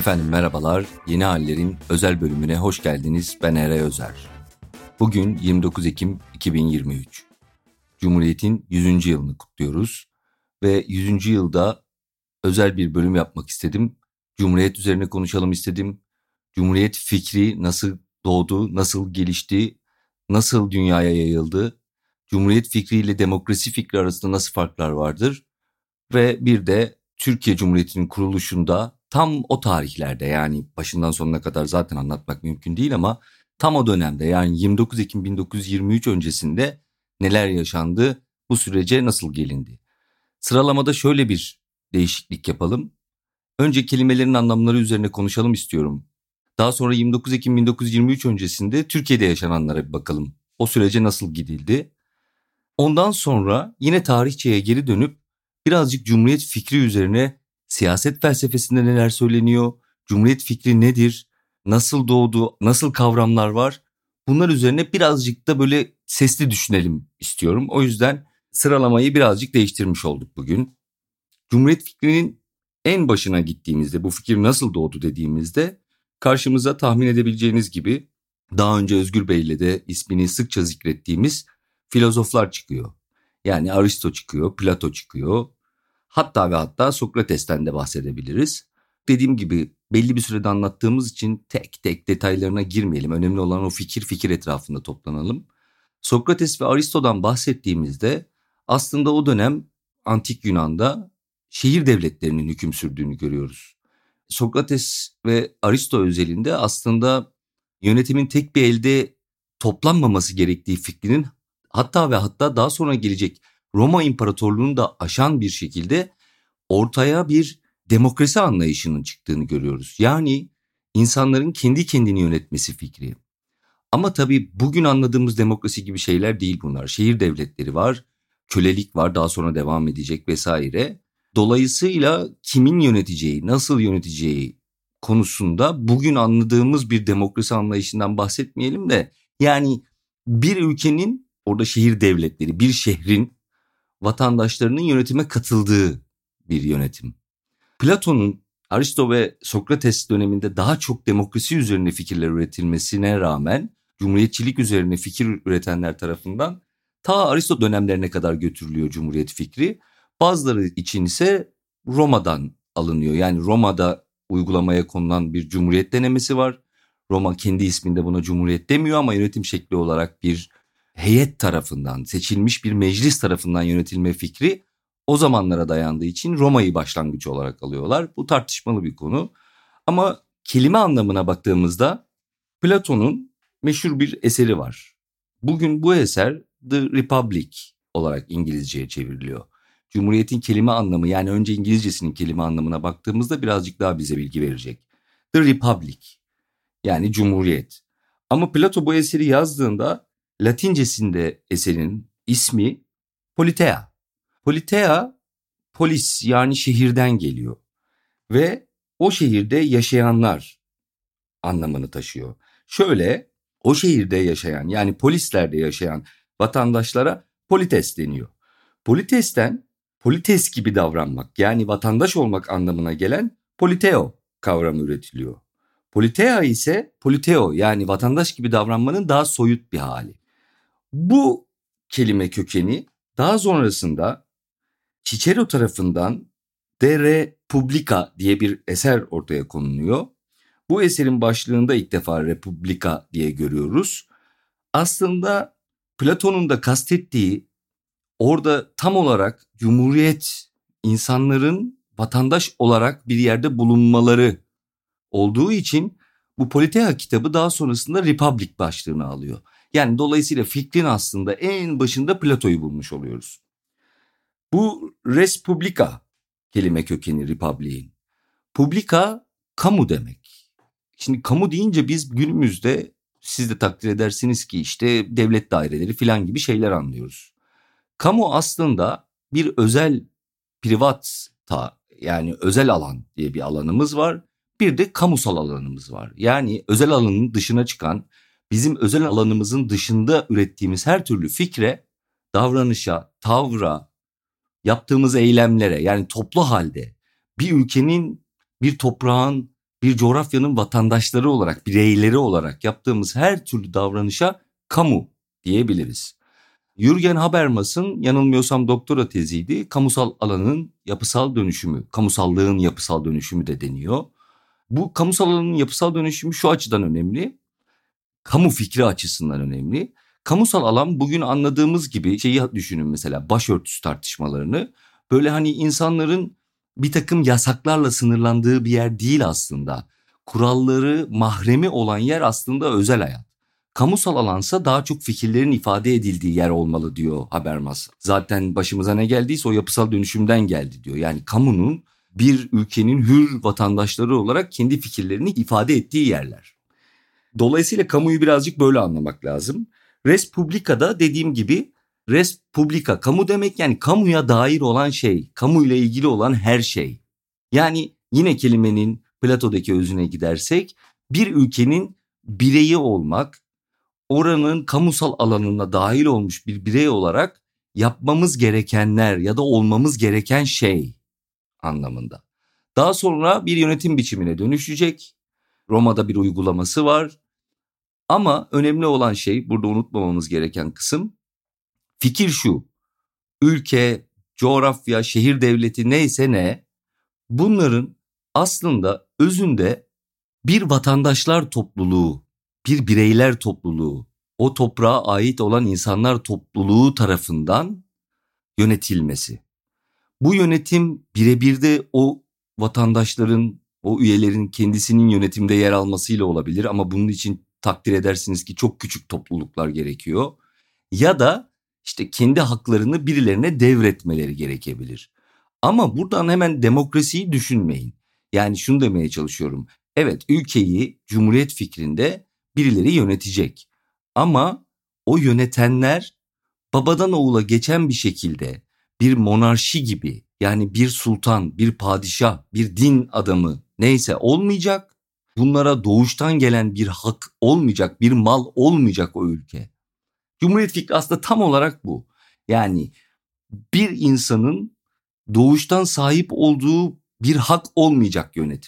Efendim merhabalar, Yeni Haller'in özel bölümüne hoş geldiniz. Ben Eray Özer. Bugün 29 Ekim 2023. Cumhuriyet'in 100. yılını kutluyoruz. Ve 100. yılda özel bir bölüm yapmak istedim. Cumhuriyet üzerine konuşalım istedim. Cumhuriyet fikri nasıl doğdu, nasıl gelişti, nasıl dünyaya yayıldı? Cumhuriyet fikriyle demokrasi fikri arasında nasıl farklar vardır? Ve bir de Türkiye Cumhuriyeti'nin kuruluşunda tam o tarihlerde, yani başından sonuna kadar zaten anlatmak mümkün değil ama tam o dönemde, yani 29 Ekim 1923 öncesinde neler yaşandı, bu sürece nasıl gelindi? Sıralamada şöyle bir değişiklik yapalım. Önce kelimelerin anlamları üzerine konuşalım istiyorum. Daha sonra 29 Ekim 1923 öncesinde Türkiye'de yaşananlara bir bakalım. O sürece nasıl gidildi? Ondan sonra yine tarihçeye geri dönüp birazcık Cumhuriyet fikri üzerine, siyaset felsefesinde neler söyleniyor, Cumhuriyet fikri nedir, nasıl doğdu, nasıl kavramlar var, bunlar üzerine birazcık da böyle sesli düşünelim istiyorum. O yüzden sıralamayı birazcık değiştirmiş olduk bugün. Cumhuriyet fikrinin en başına gittiğimizde, bu fikir nasıl doğdu dediğimizde karşımıza tahmin edebileceğiniz gibi daha önce Özgür Bey'le de ismini sıkça zikrettiğimiz filozoflar çıkıyor. Yani Aristo çıkıyor, Plato çıkıyor. Hatta ve hatta Sokrates'ten de bahsedebiliriz. Dediğim gibi belli bir sürede anlattığımız için tek tek detaylarına girmeyelim. Önemli olan o fikir etrafında toplanalım. Sokrates ve Aristo'dan bahsettiğimizde aslında o dönem Antik Yunan'da şehir devletlerinin hüküm sürdüğünü görüyoruz. Sokrates ve Aristo özelinde aslında yönetimin tek bir elde toplanmaması gerektiği fikrinin, hatta ve hatta daha sonra gelecek Roma İmparatorluğu'nu da aşan bir şekilde ortaya bir demokrasi anlayışının çıktığını görüyoruz. Yani insanların kendi kendini yönetmesi fikri. Ama tabii bugün anladığımız demokrasi gibi şeyler değil bunlar. Şehir devletleri var, kölelik var, daha sonra devam edecek vesaire. Dolayısıyla kimin yöneteceği, nasıl yöneteceği konusunda bugün anladığımız bir demokrasi anlayışından bahsetmeyelim de, yani bir ülkenin, orada şehir devletleri, bir şehrin vatandaşlarının yönetime katıldığı bir yönetim. Platon'un, Aristo ve Sokrates döneminde daha çok demokrasi üzerine fikirler üretilmesine rağmen cumhuriyetçilik üzerine fikir üretenler tarafından ta Aristo dönemlerine kadar götürülüyor Cumhuriyet fikri. Bazıları için ise Roma'dan alınıyor. Yani Roma'da uygulamaya konulan bir cumhuriyet denemesi var. Roma kendi isminde buna cumhuriyet demiyor ama yönetim şekli olarak bir heyet tarafından, seçilmiş bir meclis tarafından yönetilme fikri o zamanlara dayandığı için Roma'yı başlangıç olarak alıyorlar. Bu tartışmalı bir konu. Ama kelime anlamına baktığımızda Platon'un meşhur bir eseri var. Bugün bu eser The Republic olarak İngilizceye çevriliyor. Cumhuriyetin kelime anlamı, yani önce İngilizcesinin kelime anlamına baktığımızda birazcık daha bize bilgi verecek. The Republic, yani Cumhuriyet. Ama Plato bu eseri yazdığında Latincesinde eserin ismi Politeia. Politeia, polis, yani şehirden geliyor ve o şehirde yaşayanlar anlamını taşıyor. Şöyle, o şehirde yaşayan, yani polislerde yaşayan vatandaşlara polites deniyor. Politesten polites gibi davranmak, yani vatandaş olmak anlamına gelen politeo kavramı üretiliyor. Politeia ise politeo, yani vatandaş gibi davranmanın daha soyut bir hali. Bu kelime kökeni daha sonrasında Cicero tarafından De Republica diye bir eser ortaya konuluyor. Bu eserin başlığında ilk defa Republika diye görüyoruz. Aslında Platon'un da kastettiği orada tam olarak cumhuriyet, insanların vatandaş olarak bir yerde bulunmaları olduğu için bu Politeia kitabı daha sonrasında Republic başlığını alıyor. Yani dolayısıyla fikrin aslında en başında Plato'yu bulmuş oluyoruz. Bu res publica kelime kökeni Republic'in. Publica kamu demek. Şimdi kamu deyince biz günümüzde, siz de takdir edersiniz ki, işte devlet daireleri falan gibi şeyler anlıyoruz. Kamu aslında bir özel, privata, yani özel alan diye bir alanımız var. Bir de kamusal alanımız var. Yani özel alanın dışına çıkan, bizim özel alanımızın dışında ürettiğimiz her türlü fikre, davranışa, tavra, yaptığımız eylemlere, yani toplu halde bir ülkenin, bir toprağın, bir coğrafyanın vatandaşları olarak, bireyleri olarak yaptığımız her türlü davranışa kamu diyebiliriz. Jürgen Habermas'ın yanılmıyorsam doktora teziydi. Kamusal alanın yapısal dönüşümü, kamusallığın yapısal dönüşümü de deniyor. Bu kamusal alanın yapısal dönüşümü şu açıdan önemli. Kamu fikri açısından önemli. Kamusal alan bugün anladığımız gibi şeyi düşünün, mesela başörtüsü tartışmalarını. Böyle hani insanların bir takım yasaklarla sınırlandığı bir yer değil aslında. Kuralları, mahremi olan yer aslında özel hayat. Kamusal alansa daha çok fikirlerin ifade edildiği yer olmalı diyor Habermas. Zaten başımıza ne geldiyse o yapısal dönüşümden geldi diyor. Yani kamunun bir ülkenin hür vatandaşları olarak kendi fikirlerini ifade ettiği yerler. Dolayısıyla kamuyu birazcık böyle anlamak lazım. Res publica'da dediğim gibi res publica, kamu demek yani kamuya dair olan şey, kamuyla ilgili olan her şey. Yani yine kelimenin Plato'daki özüne gidersek bir ülkenin bireyi olmak, oranın kamusal alanına dahil olmuş bir birey olarak yapmamız gerekenler ya da olmamız gereken şey anlamında. Daha sonra bir yönetim biçimine dönüşecek. Roma'da bir uygulaması var. Ama önemli olan şey, burada unutmamamız gereken kısım, fikir şu: ülke, coğrafya, şehir devleti neyse ne, bunların aslında özünde bir vatandaşlar topluluğu, bir bireyler topluluğu, o toprağa ait olan insanlar topluluğu tarafından yönetilmesi. Bu yönetim birebir de o vatandaşların, o üyelerin kendisinin yönetimde yer almasıyla olabilir ama bunun için takdir edersiniz ki çok küçük topluluklar gerekiyor. Ya da işte kendi haklarını birilerine devretmeleri gerekebilir. Ama buradan hemen demokrasiyi düşünmeyin. Yani şunu demeye çalışıyorum. Evet, ülkeyi cumhuriyet fikrinde birileri yönetecek. Ama o yönetenler babadan oğula geçen bir şekilde bir monarşi gibi, yani bir sultan, bir padişah, bir din adamı neyse olmayacak. Bunlara doğuştan gelen bir hak olmayacak, bir mal olmayacak o ülke. Cumhuriyet fikri aslında tam olarak bu. Yani bir insanın doğuştan sahip olduğu bir hak olmayacak yönetim.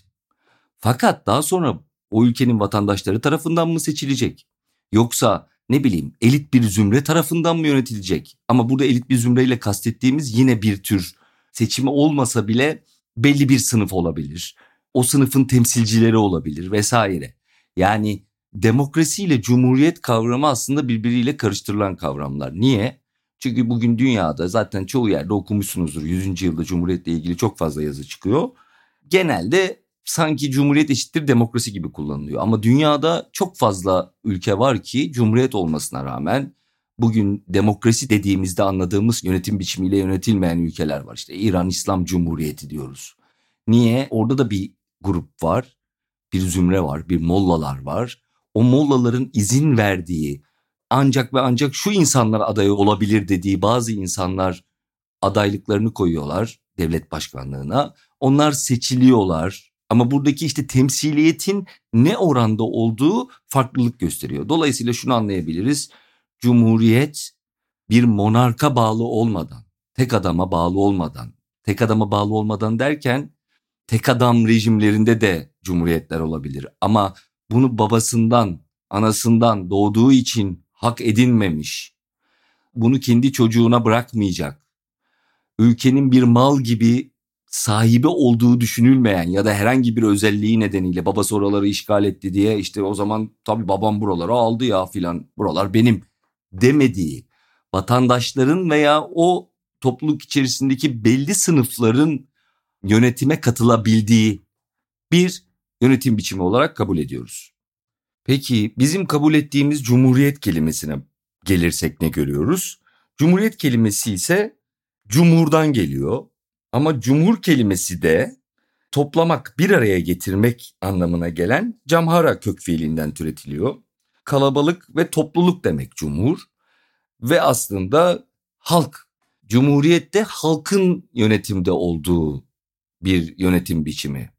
Fakat daha sonra o ülkenin vatandaşları tarafından mı seçilecek? Yoksa ne bileyim elit bir zümre tarafından mı yönetilecek? Ama burada elit bir zümreyle kastettiğimiz yine bir tür seçimi olmasa bile belli bir sınıf olabilir. O sınıfın temsilcileri olabilir vesaire. Yani demokrasi ile cumhuriyet kavramı aslında birbiriyle karıştırılan kavramlar. Niye? Çünkü bugün dünyada zaten çoğu yerde okumuşsunuzdur. 100. yılda Cumhuriyet'le ilgili çok fazla yazı çıkıyor. Genelde sanki cumhuriyet eşittir demokrasi gibi kullanılıyor. Ama dünyada çok fazla ülke var ki cumhuriyet olmasına rağmen bugün demokrasi dediğimizde anladığımız yönetim biçimiyle yönetilmeyen ülkeler var. İşte İran İslam Cumhuriyeti diyoruz. Niye? Orada da bir grup var, bir zümre var, bir mollalar var. O mollaların izin verdiği, ancak ve ancak şu insanlar aday olabilir dediği bazı insanlar adaylıklarını koyuyorlar devlet başkanlığına. Onlar seçiliyorlar. Ama buradaki işte temsiliyetin ne oranda olduğu farklılık gösteriyor. Dolayısıyla şunu anlayabiliriz. Cumhuriyet bir monarka bağlı olmadan, tek adama bağlı olmadan, tek adama bağlı olmadan derken tek adam rejimlerinde de cumhuriyetler olabilir. Ama bunu babasından, anasından doğduğu için hak edinmemiş, bunu kendi çocuğuna bırakmayacak, ülkenin bir mal gibi sahibi olduğu düşünülmeyen ya da herhangi bir özelliği nedeniyle babası oraları işgal etti diye işte o zaman tabii babam buraları aldı ya filan, buralar benim demediği, vatandaşların veya o topluluk içerisindeki belli sınıfların yönetime katılabildiği bir yönetim biçimi olarak kabul ediyoruz. Peki bizim kabul ettiğimiz cumhuriyet kelimesine gelirsek ne görüyoruz? Cumhuriyet kelimesi ise cumhurdan geliyor. Ama cumhur kelimesi de toplamak, bir araya getirmek anlamına gelen camhara kök fiilinden türetiliyor. Kalabalık ve topluluk demek cumhur ve aslında halk. Cumhuriyette halkın yönetimde olduğu bir yönetim biçimi.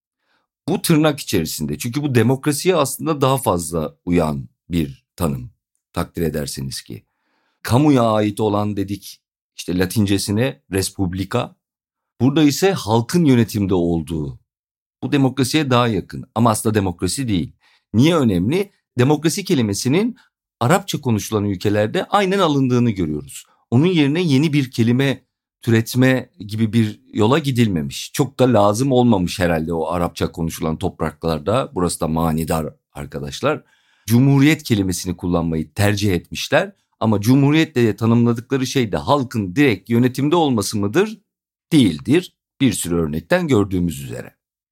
Bu tırnak içerisinde, çünkü bu demokrasiye aslında daha fazla uyan bir tanım, takdir ederseniz ki. Kamuya ait olan dedik, işte Latincesine res publica. Burada ise halkın yönetimde olduğu. Bu demokrasiye daha yakın ama aslında demokrasi değil. Niye önemli? Demokrasi kelimesinin Arapça konuşulan ülkelerde aynen alındığını görüyoruz. Onun yerine yeni bir kelime türetme gibi bir yola gidilmemiş. Çok da lazım olmamış herhalde o Arapça konuşulan topraklarda. Burası da manidar arkadaşlar. Cumhuriyet kelimesini kullanmayı tercih etmişler. Ama cumhuriyetle tanımladıkları şey de halkın direkt yönetimde olması mıdır? Değildir. Bir sürü örnekten gördüğümüz üzere.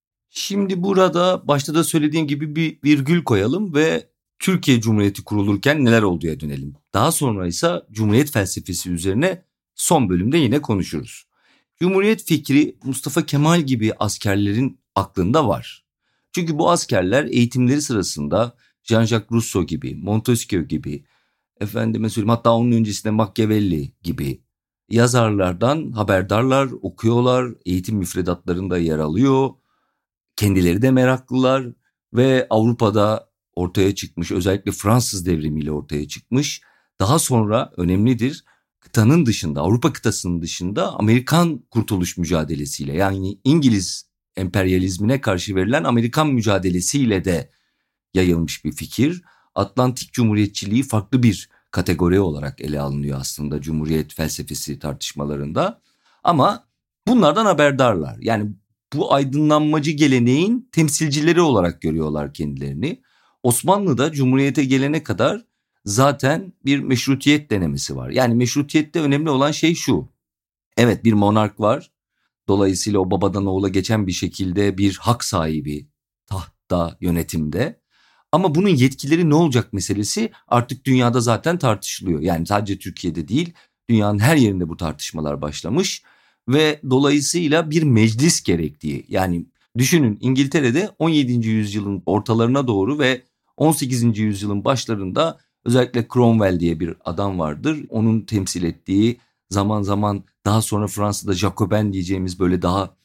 Şimdi burada başta da söylediğim gibi bir virgül koyalım ve Türkiye Cumhuriyeti kurulurken neler olduğuya dönelim. Daha sonra ise Cumhuriyet felsefesi üzerine son bölümde yine konuşuruz. Cumhuriyet fikri Mustafa Kemal gibi askerlerin aklında var. Çünkü bu askerler eğitimleri sırasında Jean-Jacques Rousseau gibi, Montesquieu gibi, efendime söyleyeyim hatta onun öncesinde Machiavelli gibi yazarlardan haberdarlar, okuyorlar, eğitim müfredatlarında yer alıyor. Kendileri de meraklılar ve Avrupa'da ortaya çıkmış, özellikle Fransız devrimiyle ortaya çıkmış. Daha sonra önemlidir, kıtanın dışında, Avrupa kıtasının dışında Amerikan kurtuluş mücadelesiyle, yani İngiliz emperyalizmine karşı verilen Amerikan mücadelesiyle de yayılmış bir fikir. Atlantik Cumhuriyetçiliği farklı bir kategori olarak ele alınıyor aslında Cumhuriyet felsefesi tartışmalarında. Ama bunlardan haberdarlar. Yani bu aydınlanmacı geleneğin temsilcileri olarak görüyorlar kendilerini. Osmanlı'da Cumhuriyete gelene kadar zaten bir meşrutiyet denemesi var. Yani meşrutiyette önemli olan şey şu. Evet, bir monark var. Dolayısıyla o babadan oğula geçen bir şekilde bir hak sahibi tahtta, yönetimde. Ama bunun yetkileri ne olacak meselesi artık dünyada zaten tartışılıyor. Yani sadece Türkiye'de değil, dünyanın her yerinde bu tartışmalar başlamış ve dolayısıyla bir meclis gerektiği. Yani düşünün, İngiltere'de 17. yüzyılın ortalarına doğru ve 18. yüzyılın başlarında özellikle Cromwell diye bir adam vardır. Onun temsil ettiği, zaman zaman daha sonra Fransa'da Jacobin diyeceğimiz böyle daha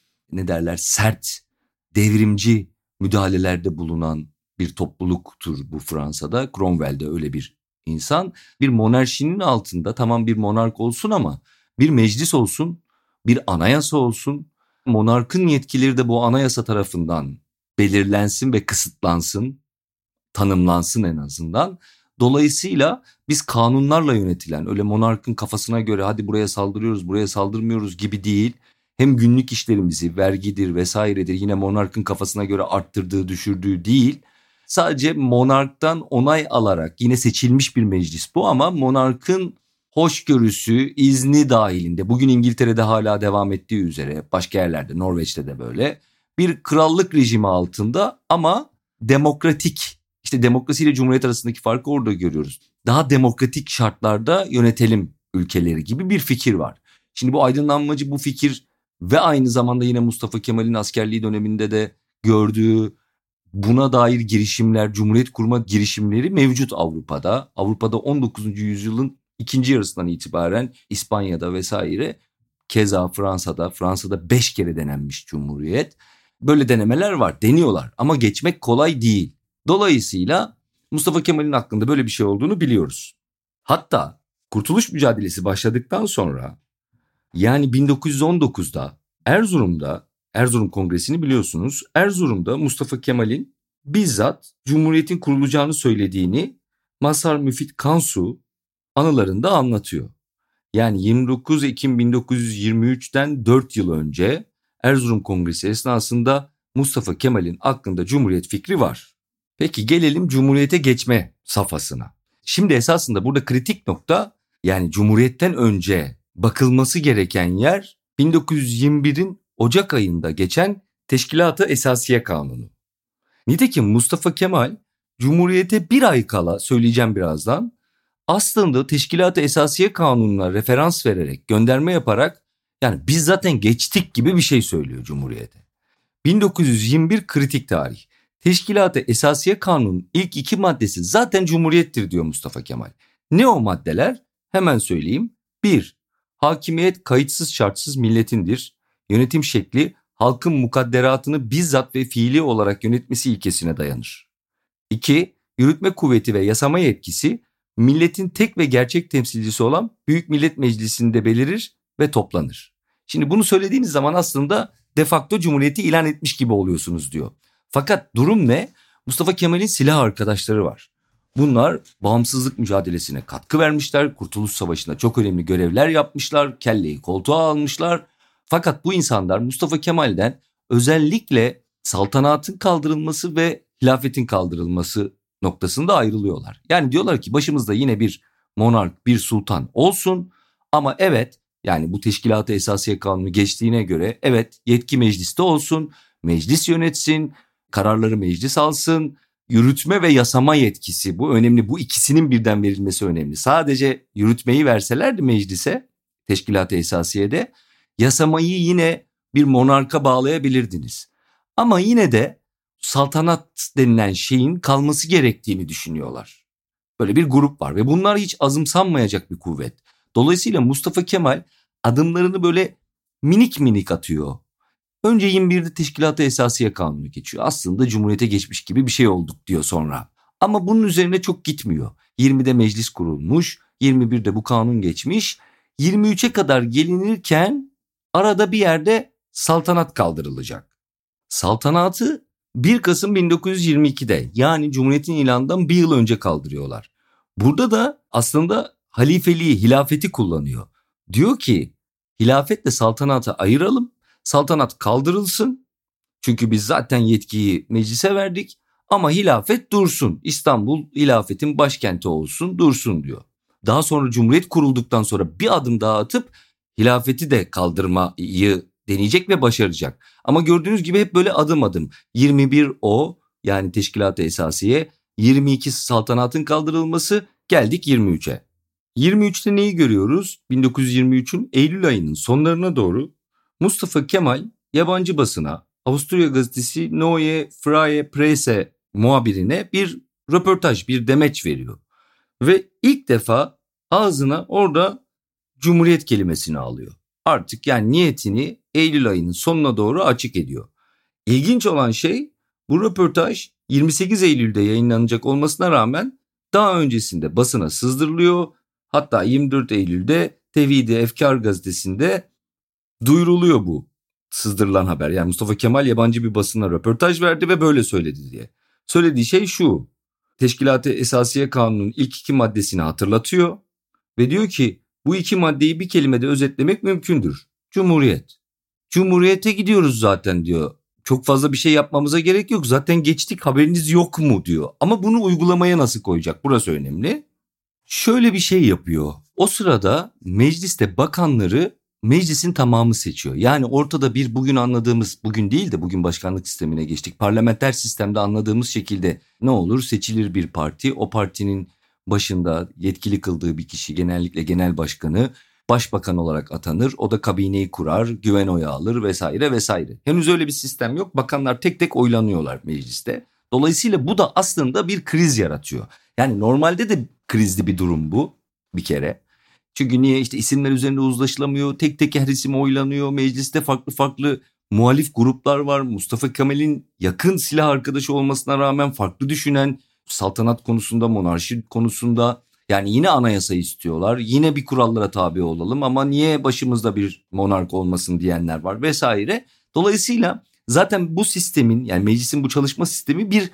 sert, devrimci müdahalelerde bulunan bir topluluktur bu Fransa'da. Cromwell de öyle bir insan. Bir monarşinin altında tamam bir monark olsun ama bir meclis olsun, bir anayasa olsun. Monarkın yetkileri de bu anayasa tarafından belirlensin ve kısıtlansın, tanımlansın en azından. Dolayısıyla biz kanunlarla yönetilen, öyle monarkın kafasına göre hadi buraya saldırıyoruz, buraya saldırmıyoruz gibi değil. Hem günlük işlerimizi, vergidir vesairedir, yine monarkın kafasına göre arttırdığı, düşürdüğü değil. Sadece monarktan onay alarak, yine seçilmiş bir meclis bu ama monarkın hoşgörüsü, izni dahilinde, bugün İngiltere'de hala devam ettiği üzere, başka yerlerde, Norveç'te de böyle bir krallık rejimi altında ama demokratik. İşte demokrasi ile cumhuriyet arasındaki farkı orada görüyoruz. Daha demokratik şartlarda yönetelim ülkeleri gibi bir fikir var. Şimdi bu aydınlanmacı bu fikir ve aynı zamanda yine Mustafa Kemal'in askerliği döneminde de gördüğü buna dair girişimler, cumhuriyet kurma girişimleri mevcut Avrupa'da. Avrupa'da 19. yüzyılın ikinci yarısından itibaren İspanya'da vesaire, keza Fransa'da 5 kere denenmiş cumhuriyet. Böyle denemeler var, deniyorlar ama geçmek kolay değil. Dolayısıyla Mustafa Kemal'in aklında böyle bir şey olduğunu biliyoruz. Hatta kurtuluş mücadelesi başladıktan sonra, yani 1919'da Erzurum Kongresi'ni biliyorsunuz. Erzurum'da Mustafa Kemal'in bizzat Cumhuriyet'in kurulacağını söylediğini Mazhar Müfit Kansu anılarında anlatıyor. Yani 29 Ekim 1923'ten 4 yıl önce Erzurum Kongresi esnasında Mustafa Kemal'in aklında Cumhuriyet fikri var. Peki gelelim Cumhuriyet'e geçme safhasına. Şimdi esasında burada kritik nokta, yani Cumhuriyet'ten önce bakılması gereken yer 1921'in Ocak ayında geçen Teşkilat-ı Esasiye Kanunu. Nitekim Mustafa Kemal Cumhuriyet'e bir ay kala, söyleyeceğim birazdan, aslında Teşkilat-ı Esasiye Kanunu'na referans vererek, gönderme yaparak yani biz zaten geçtik gibi bir şey söylüyor Cumhuriyet'e. 1921 kritik tarih. Teşkilat-ı Esasiye Kanunu'nun ilk 2 maddesi zaten Cumhuriyettir diyor Mustafa Kemal. Ne o maddeler? Hemen söyleyeyim. 1. Hakimiyet kayıtsız şartsız milletindir. Yönetim şekli halkın mukadderatını bizzat ve fiili olarak yönetmesi ilkesine dayanır. 2. Yürütme kuvveti ve yasama yetkisi milletin tek ve gerçek temsilcisi olan Büyük Millet Meclisi'nde belirir ve toplanır. Şimdi bunu söylediğimiz zaman aslında de facto Cumhuriyeti ilan etmiş gibi oluyorsunuz diyor. Fakat durum ne? Mustafa Kemal'in silah arkadaşları var. Bunlar bağımsızlık mücadelesine katkı vermişler. Kurtuluş Savaşı'nda çok önemli görevler yapmışlar. Kelleyi koltuğa almışlar. Fakat bu insanlar Mustafa Kemal'den özellikle saltanatın kaldırılması ve hilafetin kaldırılması noktasında ayrılıyorlar. Yani diyorlar ki başımızda yine bir monark, bir sultan olsun ama evet, yani bu Teşkilat-ı Esasiye Kanunu geçtiğine göre evet, yetki mecliste olsun, meclis yönetsin, kararları meclis alsın, yürütme ve yasama yetkisi bu önemli, bu ikisinin birden verilmesi önemli. Sadece yürütmeyi verselerdi meclise, Teşkilat-ı Esasiye'de, yasamayı yine bir monarka bağlayabilirdiniz. Ama yine de saltanat denilen şeyin kalması gerektiğini düşünüyorlar. Böyle bir grup var ve bunlar hiç azımsanmayacak bir kuvvet. Dolayısıyla Mustafa Kemal adımlarını böyle minik minik atıyor. Önce 21'de Teşkilat-ı Esasiye Kanunu geçiyor. Aslında Cumhuriyete geçmiş gibi bir şey olduk diyor sonra. Ama bunun üzerine çok gitmiyor. 20'de meclis kurulmuş, 21'de bu kanun geçmiş. 23'e kadar gelinirken arada bir yerde saltanat kaldırılacak. Saltanatı 1 Kasım 1922'de, yani Cumhuriyet'in ilanından bir yıl önce kaldırıyorlar. Burada da aslında halifeliği, hilafeti kullanıyor. Diyor ki hilafetle saltanatı ayıralım, saltanat kaldırılsın. Çünkü biz zaten yetkiyi meclise verdik ama hilafet dursun. İstanbul hilafetin başkenti olsun, dursun diyor. Daha sonra Cumhuriyet kurulduktan sonra bir adım daha atıp hilafeti de kaldırmayı deneyecek ve başaracak. Ama gördüğünüz gibi hep böyle adım adım. 21 o, yani Teşkilat-ı Esasiye, 22 saltanatın kaldırılması, geldik 23'e. 23'te neyi görüyoruz? 1923'ün Eylül ayının sonlarına doğru Mustafa Kemal yabancı basına, Avusturya gazetesi Neue Freie Presse muhabirine bir röportaj, bir demeç veriyor. Ve ilk defa ağzına orada Cumhuriyet kelimesini alıyor. Artık yani niyetini Eylül ayının sonuna doğru açık ediyor. İlginç olan şey, bu röportaj 28 Eylül'de yayınlanacak olmasına rağmen daha öncesinde basına sızdırılıyor. Hatta 24 Eylül'de Tevhid-i Efkar gazetesinde duyuruluyor bu sızdırılan haber. Yani Mustafa Kemal yabancı bir basına röportaj verdi ve böyle söyledi diye. Söylediği şey şu: Teşkilat-ı Esasiye Kanunu'nun ilk 2 maddesini hatırlatıyor ve diyor ki bu 2 maddeyi bir kelimede özetlemek mümkündür. Cumhuriyet. Cumhuriyete gidiyoruz zaten diyor. Çok fazla bir şey yapmamıza gerek yok. Zaten geçtik, haberiniz yok mu diyor. Ama bunu uygulamaya nasıl koyacak? Burası önemli. Şöyle bir şey yapıyor. O sırada mecliste bakanları meclisin tamamı seçiyor. Yani ortada bir bugün anladığımız, bugün değil de bugün başkanlık sistemine geçtik, parlamenter sistemde anladığımız şekilde ne olur? Seçilir bir parti. O partinin başında yetkili kıldığı bir kişi, genellikle genel başkanı, başbakan olarak atanır. O da kabineyi kurar, güven oyu alır vesaire vesaire. Henüz öyle bir sistem yok. Bakanlar tek tek oylanıyorlar mecliste. Dolayısıyla bu da aslında bir kriz yaratıyor. Yani normalde de krizli bir durum bu bir kere. Çünkü niye? İşte isimler üzerinde uzlaşılamıyor. Tek tek her isim oylanıyor. Mecliste farklı farklı muhalif gruplar var. Mustafa Kemal'in yakın silah arkadaşı olmasına rağmen farklı düşünen, saltanat konusunda, monarşi konusunda, yani yine anayasa istiyorlar. Yine bir kurallara tabi olalım ama niye başımızda bir monark olmasın diyenler var vesaire. Dolayısıyla zaten bu sistemin, yani meclisin bu çalışma sistemi bir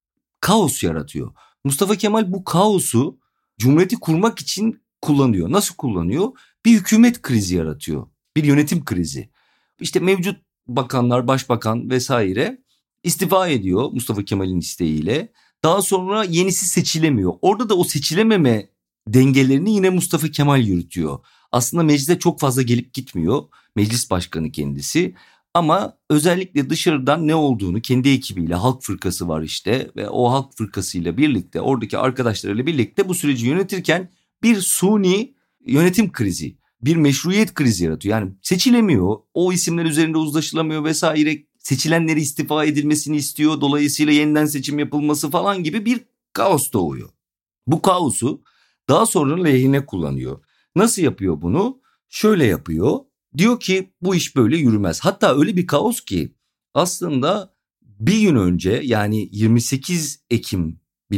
kaos yaratıyor. Mustafa Kemal bu kaosu Cumhuriyeti kurmak için kullanıyor. Nasıl kullanıyor? Bir hükümet krizi yaratıyor. Bir yönetim krizi. İşte mevcut bakanlar, başbakan vesaire istifa ediyor Mustafa Kemal'in isteğiyle. Daha sonra yenisi seçilemiyor. Orada da o seçilememe dengelerini yine Mustafa Kemal yürütüyor. Aslında meclise çok fazla gelip gitmiyor. Meclis başkanı kendisi. Ama özellikle dışarıdan ne olduğunu kendi ekibiyle, Halk Fırkası var işte, ve o Halk Fırkası'yla birlikte, oradaki arkadaşlarıyla birlikte bu süreci yönetirken bir suni yönetim krizi, bir meşruiyet krizi yaratıyor. Yani seçilemiyor, o isimler üzerinde uzlaşılamıyor vesaire, seçilenleri istifa edilmesini istiyor, dolayısıyla yeniden seçim yapılması falan gibi bir kaos doğuyor. Bu kaosu daha sonra lehine kullanıyor. Nasıl yapıyor bunu? Şöyle yapıyor. Diyor ki bu iş böyle yürümez. Hatta öyle bir kaos ki aslında bir gün önce, yani 28 Ekim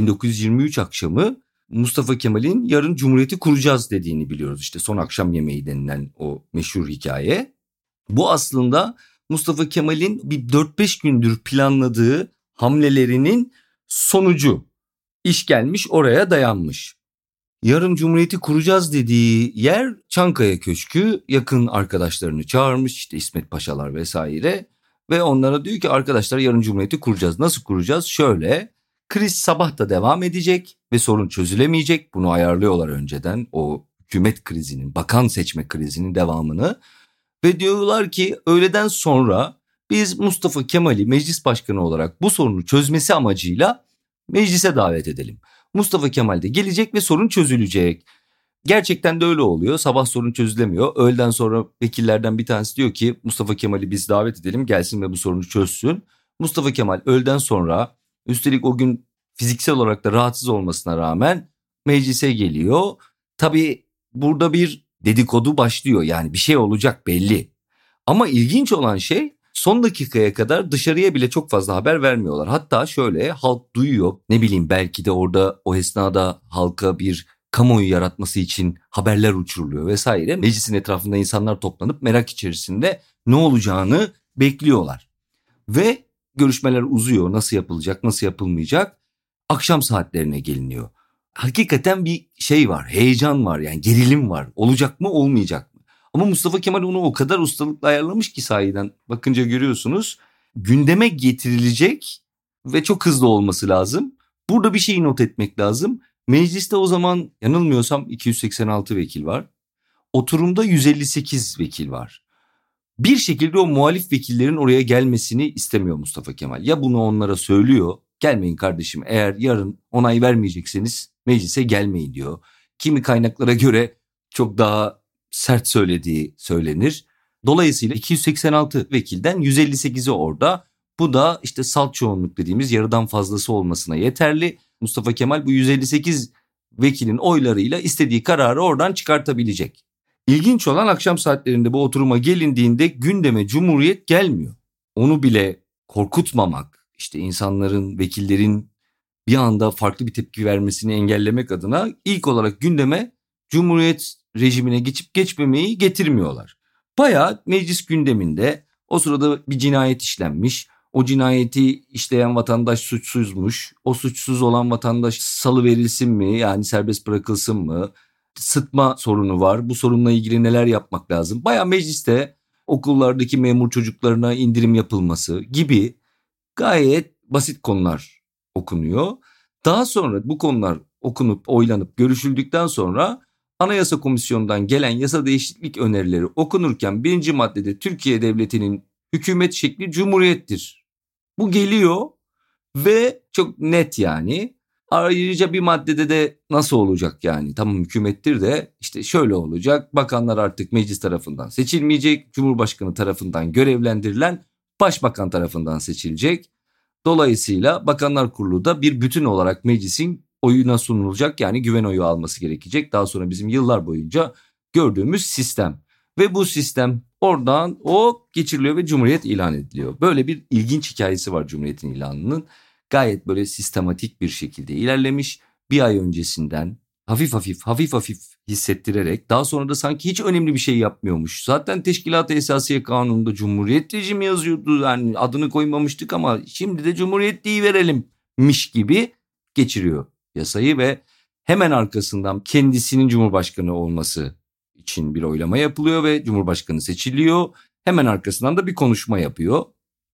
1923 akşamı Mustafa Kemal'in yarın Cumhuriyeti kuracağız dediğini biliyoruz. İşte son akşam yemeği denilen o meşhur hikaye. Bu aslında Mustafa Kemal'in bir 4-5 gündür planladığı hamlelerinin sonucu. İş gelmiş oraya dayanmış. Yarın Cumhuriyeti kuracağız dediği yer Çankaya Köşkü, yakın arkadaşlarını çağırmış, işte İsmet Paşalar vesaire ve onlara diyor ki arkadaşlar yarın Cumhuriyeti kuracağız. Nasıl kuracağız? Şöyle, kriz sabah da devam edecek ve sorun çözülemeyecek. Bunu ayarlıyorlar önceden, o hükümet krizinin, bakan seçme krizinin devamını ve diyorlar ki öğleden sonra biz Mustafa Kemal'i meclis başkanı olarak bu sorunu çözmesi amacıyla meclise davet edelim. Mustafa Kemal de gelecek ve sorun çözülecek. Gerçekten de öyle oluyor. Sabah sorun çözülemiyor. Öğleden sonra vekillerden bir tanesi diyor ki Mustafa Kemal'i biz davet edelim, gelsin ve bu sorunu çözsün. Mustafa Kemal öğleden sonra, üstelik o gün fiziksel olarak da rahatsız olmasına rağmen meclise geliyor. Tabii burada bir dedikodu başlıyor, yani bir şey olacak belli. Ama ilginç olan şey, son dakikaya kadar dışarıya bile çok fazla haber vermiyorlar. Hatta şöyle, halk duyuyor, ne bileyim, belki de orada o esnada halka bir kamuoyu yaratması için haberler uçuruluyor vesaire. Meclisin etrafında insanlar toplanıp merak içerisinde ne olacağını bekliyorlar. Ve görüşmeler uzuyor, nasıl yapılacak, nasıl yapılmayacak, akşam saatlerine geliniyor. Hakikaten bir şey var, heyecan var, yani gerilim var, olacak mı olmayacak mı? Ama Mustafa Kemal onu o kadar ustalıkla ayarlamış ki sahiden, bakınca görüyorsunuz, gündeme getirilecek ve çok hızlı olması lazım. Burada bir şeyi not etmek lazım. Mecliste o zaman yanılmıyorsam 286 vekil var. Oturumda 158 vekil var. Bir şekilde o muhalif vekillerin oraya gelmesini istemiyor Mustafa Kemal. Ya bunu onlara söylüyor, gelmeyin kardeşim, eğer yarın onay vermeyecekseniz meclise gelmeyin diyor. Kimi kaynaklara göre çok daha sert söylediği söylenir. Dolayısıyla 286 vekilden 158'i orada. Bu da işte salt çoğunluk dediğimiz yarıdan fazlası olmasına yeterli. Mustafa Kemal bu 158 vekilin oylarıyla istediği kararı oradan çıkartabilecek. İlginç olan, akşam saatlerinde bu oturuma gelindiğinde gündeme Cumhuriyet gelmiyor. Onu bile korkutmamak, işte insanların, vekillerin bir anda farklı bir tepki vermesini engellemek adına ilk olarak gündeme Cumhuriyet rejimine geçip geçmemeyi getirmiyorlar. Bayağı meclis gündeminde o sırada bir cinayet işlenmiş. O cinayeti işleyen vatandaş suçsuzmuş. O suçsuz olan vatandaş salıverilsin mi, yani serbest bırakılsın mı? Sıtma sorunu var. Bu sorunla ilgili neler yapmak lazım? Bayağı mecliste okullardaki memur çocuklarına indirim yapılması gibi gayet basit konular okunuyor. Daha sonra bu konular okunup oylanıp görüşüldükten sonra Anayasa Komisyonu'ndan gelen yasa değişiklik önerileri okunurken birinci maddede Türkiye Devleti'nin hükümet şekli cumhuriyettir. Bu geliyor ve çok net yani. Ayrıca bir maddede de nasıl olacak yani, tamam hükümettir de işte şöyle olacak, bakanlar artık meclis tarafından seçilmeyecek, Cumhurbaşkanı tarafından görevlendirilen başbakan tarafından seçilecek. Dolayısıyla Bakanlar Kurulu da bir bütün olarak meclisin oyuna sunulacak, yani güven oyu alması gerekecek. Daha sonra bizim yıllar boyunca gördüğümüz sistem ve bu sistem oradan o geçiriliyor ve Cumhuriyet ilan ediliyor. Böyle bir ilginç hikayesi var Cumhuriyet'in ilanının. Gayet böyle sistematik bir şekilde ilerlemiş. Bir ay öncesinden hafif hafif hissettirerek, daha sonra da sanki hiç önemli bir şey yapmıyormuş. Zaten Teşkilat-ı Esasiye Kanunu'nda Cumhuriyet rejimi yazıyordu. Yani adını koymamıştık ama şimdi de Cumhuriyet deyiverelimmiş gibi geçiriyor yasayı ve hemen arkasından kendisinin Cumhurbaşkanı olması için bir oylama yapılıyor ve Cumhurbaşkanı seçiliyor. Hemen arkasından da bir konuşma yapıyor.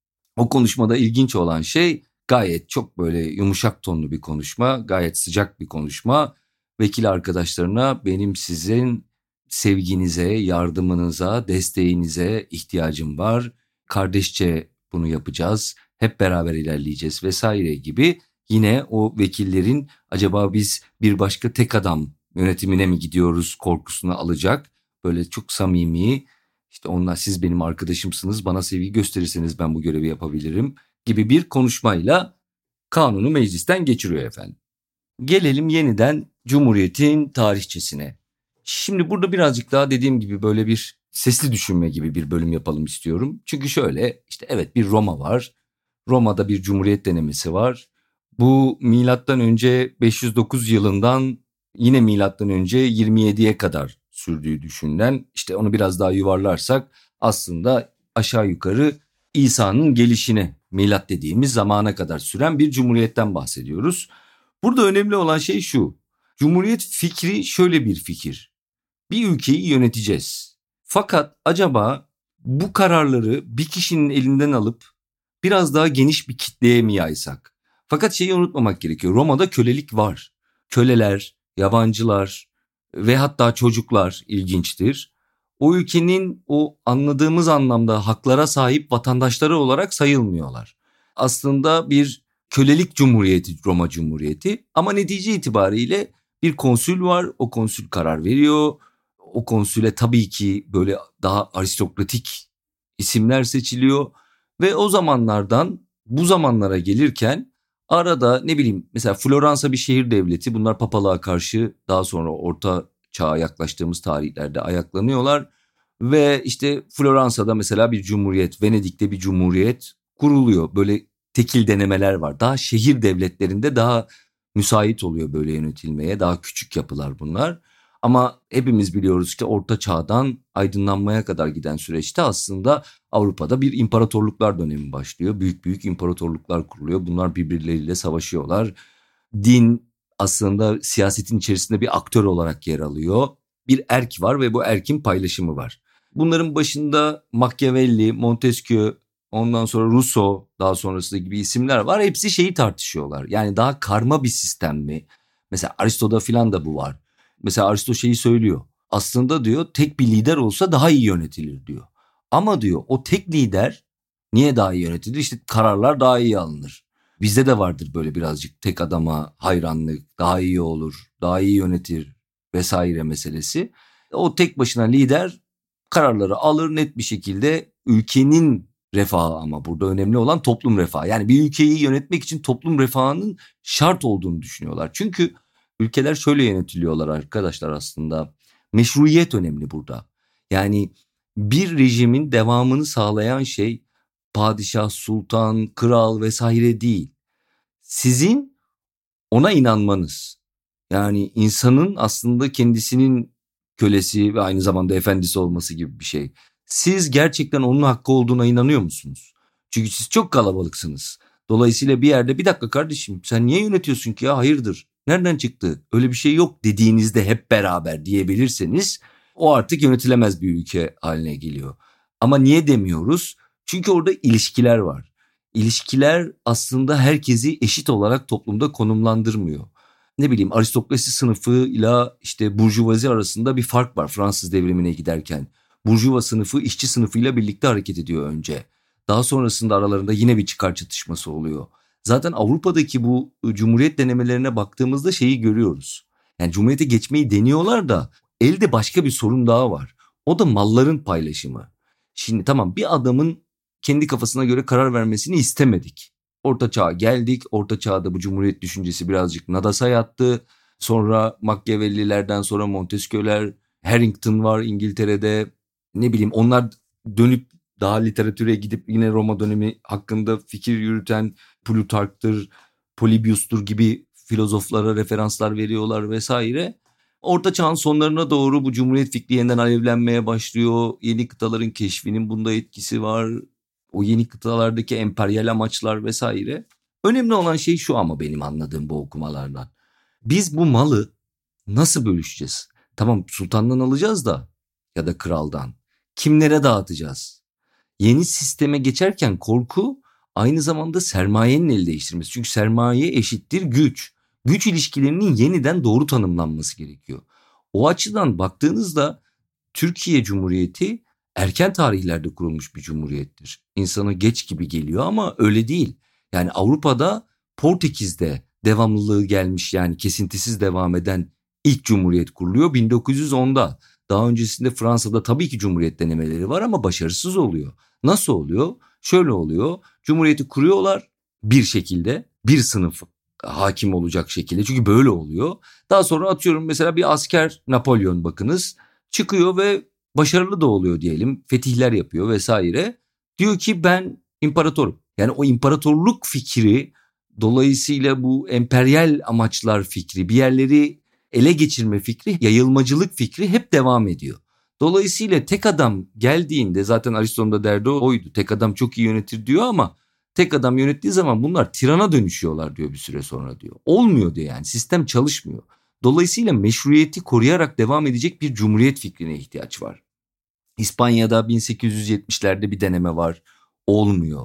O konuşmada ilginç olan şey, gayet çok böyle yumuşak tonlu bir konuşma, gayet sıcak bir konuşma. Vekil arkadaşlarına benim sizin sevginize, yardımınıza, desteğinize ihtiyacım var. Kardeşçe bunu yapacağız, hep beraber ilerleyeceğiz vesaire gibi. Yine o vekillerin acaba biz bir başka tek adam yönetimine mi gidiyoruz korkusunu alacak. Böyle çok samimi, işte onlar siz benim arkadaşımsınız, bana sevgi gösterirseniz ben bu görevi yapabilirim gibi bir konuşmayla kanunu meclisten geçiriyor efendim. Gelelim yeniden Cumhuriyet'in tarihçesine. Şimdi burada birazcık daha dediğim gibi böyle bir sesli düşünme gibi bir bölüm yapalım istiyorum. Çünkü şöyle, işte evet, bir Roma var. Roma'da bir Cumhuriyet denemesi var. Bu milattan önce 509 yılından yine milattan önce 27'ye kadar sürdüğü düşünülen, işte onu biraz daha yuvarlarsak aslında aşağı yukarı İsa'nın gelişine, milat dediğimiz zamana kadar süren bir cumhuriyetten bahsediyoruz. Burada önemli olan şey şu: Cumhuriyet fikri şöyle bir fikir: bir ülkeyi yöneteceğiz. Fakat acaba bu kararları bir kişinin elinden alıp biraz daha geniş bir kitleye mi yaysak? Fakat şeyi unutmamak gerekiyor: Roma'da kölelik var. Köleler, yabancılar ve hatta çocuklar ilginçtir. O ülkenin o anladığımız anlamda haklara sahip vatandaşları olarak sayılmıyorlar. Aslında bir kölelik cumhuriyeti Roma Cumhuriyeti, ama netice itibariyle bir konsül var. O konsül karar veriyor. O konsüle tabii ki böyle daha aristokratik isimler seçiliyor ve o zamanlardan bu zamanlara gelirken arada mesela Floransa bir şehir devleti. Bunlar papalığa karşı daha sonra Orta Çağ'a yaklaştığımız tarihlerde ayaklanıyorlar ve işte Floransa'da mesela bir cumhuriyet, Venedik'te bir cumhuriyet kuruluyor. Böyle tekil denemeler var. Daha şehir devletlerinde daha müsait oluyor böyle yönetilmeye. Daha küçük yapılar bunlar. Ama hepimiz biliyoruz ki Orta Çağ'dan aydınlanmaya kadar giden süreçte aslında Avrupa'da bir imparatorluklar dönemi başlıyor. Büyük büyük imparatorluklar kuruluyor. Bunlar birbirleriyle savaşıyorlar. Din aslında siyasetin içerisinde bir aktör olarak yer alıyor. Bir erk var ve bu erkin paylaşımı var. Bunların başında Machiavelli, Montesquieu, ondan sonra Rousseau, daha sonrasında gibi isimler var. Hepsi şeyi tartışıyorlar. Yani daha karma bir sistem mi? Mesela Aristo'da filan da bu var. Mesela Aristo şeyi söylüyor: aslında diyor tek bir lider olsa daha iyi yönetilir diyor. Ama diyor o tek lider niye daha iyi yönetilir? İşte kararlar daha iyi alınır. Bizde de vardır böyle birazcık tek adama hayranlık, daha iyi olur, daha iyi yönetir vesaire meselesi. O tek başına lider kararları alır net bir şekilde, ülkenin refahı, ama burada önemli olan toplum refahı. Yani bir ülkeyi yönetmek için toplum refahının şart olduğunu düşünüyorlar. Çünkü ülkeler şöyle yönetiliyorlar arkadaşlar aslında. Meşruiyet önemli burada. Yani bir rejimin devamını sağlayan şey padişah, sultan, kral vesaire değil. Sizin ona inanmanız. Yani insanın aslında kendisinin kölesi ve aynı zamanda efendisi olması gibi bir şey. Siz gerçekten onun hakkı olduğuna inanıyor musunuz? Çünkü siz çok kalabalıksınız. Dolayısıyla bir yerde bir dakika kardeşim sen niye yönetiyorsun ki ya, hayırdır? Nereden çıktı? Öyle bir şey yok dediğinizde hep beraber diyebilirseniz o artık yönetilemez bir ülke haline geliyor. Ama niye demiyoruz? Çünkü orada ilişkiler var. İlişkiler aslında herkesi eşit olarak toplumda konumlandırmıyor. Aristokrasi sınıfıyla işte burjuvazi arasında bir fark var Fransız devrimine giderken. Burjuva sınıfı işçi sınıfıyla birlikte hareket ediyor önce. Daha sonrasında aralarında yine bir çıkar çatışması oluyor. Zaten Avrupa'daki bu cumhuriyet denemelerine baktığımızda şeyi görüyoruz. Yani cumhuriyete geçmeyi deniyorlar da elde başka bir sorun daha var. O da malların paylaşımı. Şimdi tamam, bir adamın kendi kafasına göre karar vermesini istemedik. Orta Çağ'a geldik. Orta Çağ'da bu cumhuriyet düşüncesi birazcık nadasa yattı. Sonra Machiavelli'lerden sonra Montesquieu'ler, Harrington var İngiltere'de. Onlar dönüp daha literatüre gidip yine Roma dönemi hakkında fikir yürüten Plutark'tır, Polybius'tur gibi filozoflara referanslar veriyorlar vesaire. Orta Çağ'ın sonlarına doğru bu cumhuriyet fikri yeniden alevlenmeye başlıyor. Yeni kıtaların keşfinin bunda etkisi var. O yeni kıtalardaki emperyal amaçlar vesaire. Önemli olan şey şu ama benim anladığım bu okumalardan: biz bu malı nasıl bölüşeceğiz? Tamam, sultandan alacağız da ya da kraldan. Kimlere dağıtacağız? Yeni sisteme geçerken korku aynı zamanda sermayenin el değiştirmesi. Çünkü sermaye eşittir güç. Güç ilişkilerinin yeniden doğru tanımlanması gerekiyor. O açıdan baktığınızda Türkiye Cumhuriyeti erken tarihlerde kurulmuş bir cumhuriyettir. İnsana geç gibi geliyor ama öyle değil. Yani Avrupa'da Portekiz'de devamlılığı gelmiş, yani kesintisiz devam eden ilk cumhuriyet kuruluyor 1910'da. Daha öncesinde Fransa'da tabii ki cumhuriyet denemeleri var ama başarısız oluyor. Nasıl oluyor? Şöyle oluyor. Cumhuriyeti kuruyorlar bir şekilde, bir sınıf hakim olacak şekilde. Çünkü böyle oluyor. Daha sonra atıyorum mesela bir asker, Napolyon bakınız, çıkıyor ve başarılı da oluyor diyelim. Fetihler yapıyor vesaire. Diyor ki ben imparatorum. Yani o imparatorluk fikri, dolayısıyla bu emperyal amaçlar fikri, bir yerleri ele geçirme fikri, yayılmacılık fikri hep devam ediyor. Dolayısıyla tek adam geldiğinde, zaten Aristo'nun da derdi oydu. Tek adam çok iyi yönetir diyor ama tek adam yönettiği zaman bunlar tirana dönüşüyorlar diyor bir süre sonra diyor. Olmuyor diyor, yani sistem çalışmıyor. Dolayısıyla meşruiyeti koruyarak devam edecek bir cumhuriyet fikrine ihtiyaç var. İspanya'da 1870'lerde bir deneme var. Olmuyor.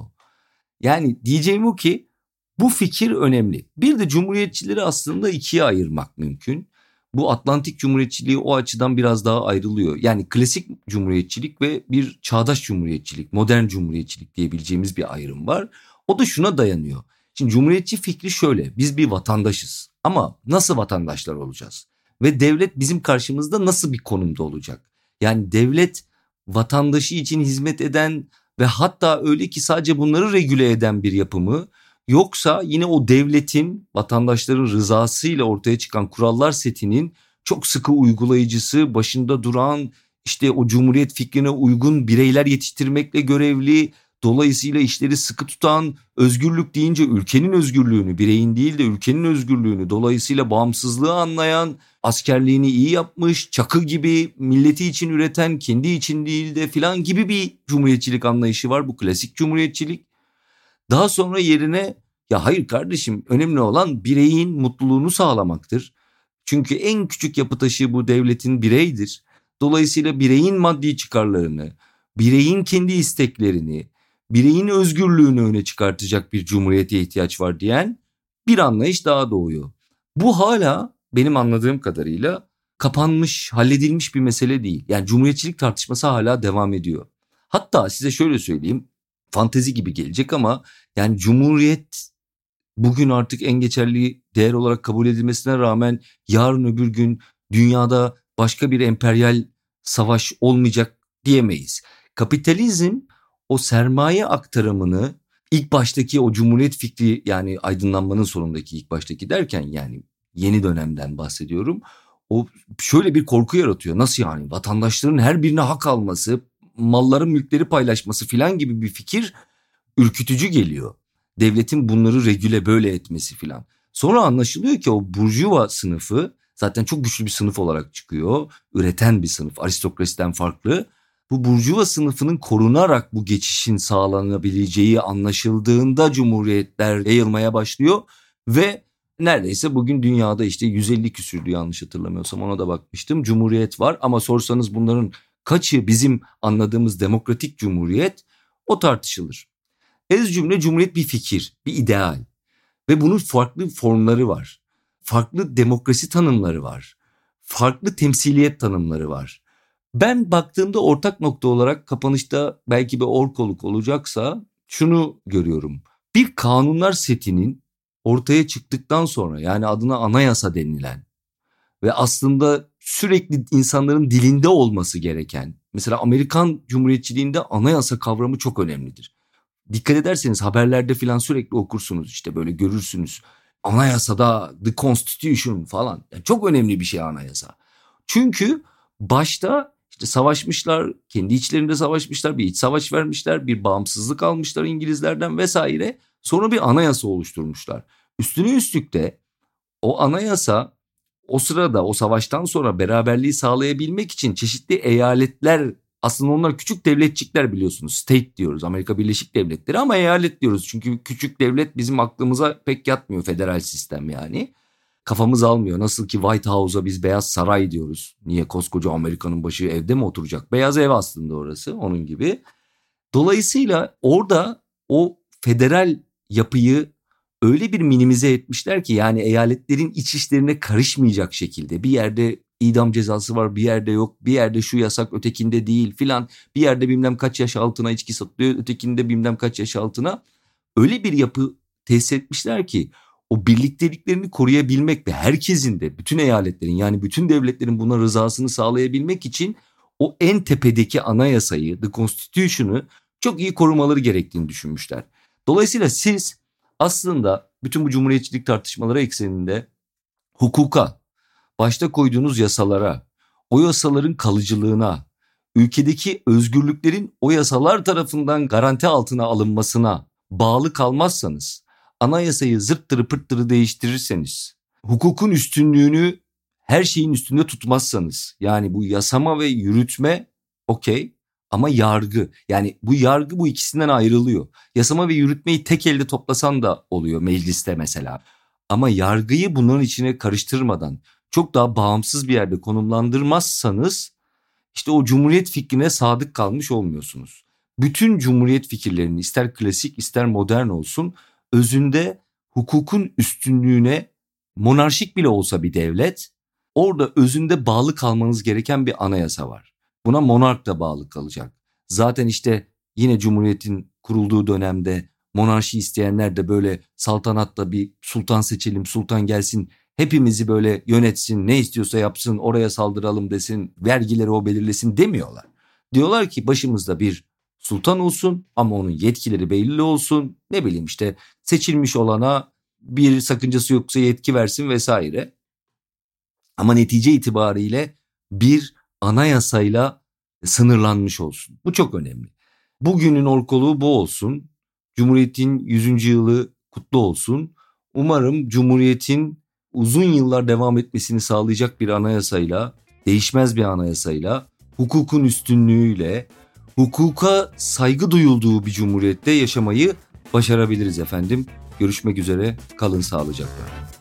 Yani diyeceğim o ki bu fikir önemli. Bir de cumhuriyetçileri aslında ikiye ayırmak mümkün. Bu Atlantik Cumhuriyetçiliği o açıdan biraz daha ayrılıyor. Yani klasik cumhuriyetçilik ve bir çağdaş cumhuriyetçilik, modern cumhuriyetçilik diyebileceğimiz bir ayrım var. O da şuna dayanıyor. Şimdi cumhuriyetçi fikri şöyle: biz bir vatandaşız ama nasıl vatandaşlar olacağız? Ve devlet bizim karşımızda nasıl bir konumda olacak? Yani devlet vatandaşı için hizmet eden ve hatta öyle ki sadece bunları regüle eden bir yapı mı? Yoksa yine o devletin, vatandaşların rızasıyla ortaya çıkan kurallar setinin çok sıkı uygulayıcısı, başında duran, işte o cumhuriyet fikrine uygun bireyler yetiştirmekle görevli, dolayısıyla işleri sıkı tutan, özgürlük deyince ülkenin özgürlüğünü, bireyin değil de ülkenin özgürlüğünü, dolayısıyla bağımsızlığı anlayan, askerliğini iyi yapmış, Çakı gibi milleti için üreten, kendi için değil de filan gibi bir cumhuriyetçilik anlayışı var. Bu klasik cumhuriyetçilik. Daha sonra yerine, ya hayır kardeşim, önemli olan bireyin mutluluğunu sağlamaktır. Çünkü en küçük yapı taşı bu devletin bireydir. Dolayısıyla bireyin maddi çıkarlarını, bireyin kendi isteklerini, bireyin özgürlüğünü öne çıkartacak bir cumhuriyete ihtiyaç var diyen bir anlayış daha doğuyor. Bu hala benim anladığım kadarıyla kapanmış, halledilmiş bir mesele değil. Yani cumhuriyetçilik tartışması hala devam ediyor. Hatta size şöyle söyleyeyim, fantezi gibi gelecek ama yani cumhuriyet bugün artık en geçerli değer olarak kabul edilmesine rağmen yarın öbür gün dünyada başka bir emperyal savaş olmayacak diyemeyiz. Kapitalizm o sermaye aktarımını, ilk baştaki o cumhuriyet fikri, yani aydınlanmanın sonundaki ilk baştaki derken yani yeni dönemden bahsediyorum. O şöyle bir korku yaratıyor. Nasıl yani? Vatandaşların her birine hak alması, malların mülkleri paylaşması filan gibi bir fikir ürkütücü geliyor. Devletin bunları regüle böyle etmesi filan. Sonra anlaşılıyor ki o burjuva sınıfı zaten çok güçlü bir sınıf olarak çıkıyor. Üreten bir sınıf, aristokrasiden farklı. Bu burjuva sınıfının korunarak bu geçişin sağlanabileceği anlaşıldığında cumhuriyetler yayılmaya başlıyor. Ve neredeyse bugün dünyada işte 150 küsürdü yanlış hatırlamıyorsam, ona da bakmıştım. Cumhuriyet var ama sorsanız bunların kaçı bizim anladığımız demokratik cumhuriyet, o tartışılır. Ez cümle cumhuriyet bir fikir, bir ideal ve bunun farklı formları var. Farklı demokrasi tanımları var. Farklı temsiliyet tanımları var. Ben baktığımda ortak nokta olarak, kapanışta belki bir orkoluk olacaksa, şunu görüyorum. Bir kanunlar setinin ortaya çıktıktan sonra, yani adına anayasa denilen ve aslında sürekli insanların dilinde olması gereken, mesela Amerikan Cumhuriyetçiliğinde anayasa kavramı çok önemlidir. Dikkat ederseniz haberlerde filan sürekli okursunuz, işte böyle görürsünüz. Anayasada the Constitution falan. Yani çok önemli bir şey anayasa. Çünkü başta işte savaşmışlar, kendi içlerinde savaşmışlar, bir iç savaş vermişler, bir bağımsızlık almışlar İngilizlerden vesaire. Sonra bir anayasa oluşturmuşlar. Üstüne üstlük de o anayasa o sırada, o savaştan sonra beraberliği sağlayabilmek için çeşitli eyaletler, aslında onlar küçük devletçikler biliyorsunuz. State diyoruz, Amerika Birleşik Devletleri, ama eyalet diyoruz. Çünkü küçük devlet bizim aklımıza pek yatmıyor, federal sistem yani. Kafamız almıyor. Nasıl ki White House'a biz Beyaz Saray diyoruz. Niye, koskoca Amerika'nın başı evde mi oturacak? Beyaz ev aslında orası, onun gibi. Dolayısıyla orada o federal yapıyı öyle bir minimize etmişler ki, yani eyaletlerin iç işlerine karışmayacak şekilde, bir yerde idam cezası var, bir yerde yok, bir yerde şu yasak ötekinde değil filan, bir yerde bilmem kaç yaş altına içki satılıyor, ötekinde bilmem kaç yaş altına, öyle bir yapı tesis etmişler ki o birlikteliklerini koruyabilmek ve herkesin de, bütün eyaletlerin, yani bütün devletlerin buna rızasını sağlayabilmek için o en tepedeki anayasayı, the Constitution'ı çok iyi korumaları gerektiğini düşünmüşler. Dolayısıyla siz aslında bütün bu cumhuriyetçilik tartışmaları ekseninde hukuka, başta koyduğunuz yasalara, o yasaların kalıcılığına, ülkedeki özgürlüklerin o yasalar tarafından garanti altına alınmasına bağlı kalmazsanız, anayasayı zırttırı pırttırı değiştirirseniz, hukukun üstünlüğünü her şeyin üstünde tutmazsanız, yani bu yasama ve yürütme okey, ama yargı, yani bu yargı bu ikisinden ayrılıyor. Yasama ve yürütmeyi tek elde toplasan da oluyor mecliste mesela. Ama yargıyı bunların içine karıştırmadan çok daha bağımsız bir yerde konumlandırmazsanız işte o cumhuriyet fikrine sadık kalmış olmuyorsunuz. Bütün cumhuriyet fikirlerinin ister klasik ister modern olsun özünde hukukun üstünlüğüne, monarşik bile olsa bir devlet, orada özünde bağlı kalmanız gereken bir anayasa var. Buna monark da bağlı kalacak. Zaten işte yine cumhuriyetin kurulduğu dönemde monarşi isteyenler de böyle saltanatla bir sultan seçelim, sultan gelsin, hepimizi böyle yönetsin, ne istiyorsa yapsın, oraya saldıralım desin, vergileri o belirlesin demiyorlar. Diyorlar ki başımızda bir sultan olsun ama onun yetkileri belli olsun. Ne bileyim işte seçilmiş olana bir sakıncası yoksa yetki versin vesaire. Ama netice itibariyle bir anayasayla sınırlanmış olsun. Bu çok önemli. Bugünün orkoluğu bu olsun. Cumhuriyetin 100. yılı kutlu olsun. Umarım Cumhuriyetin uzun yıllar devam etmesini sağlayacak bir anayasayla, değişmez bir anayasayla, hukukun üstünlüğüyle, hukuka saygı duyulduğu bir cumhuriyette yaşamayı başarabiliriz efendim. Görüşmek üzere, kalın sağlıcakla.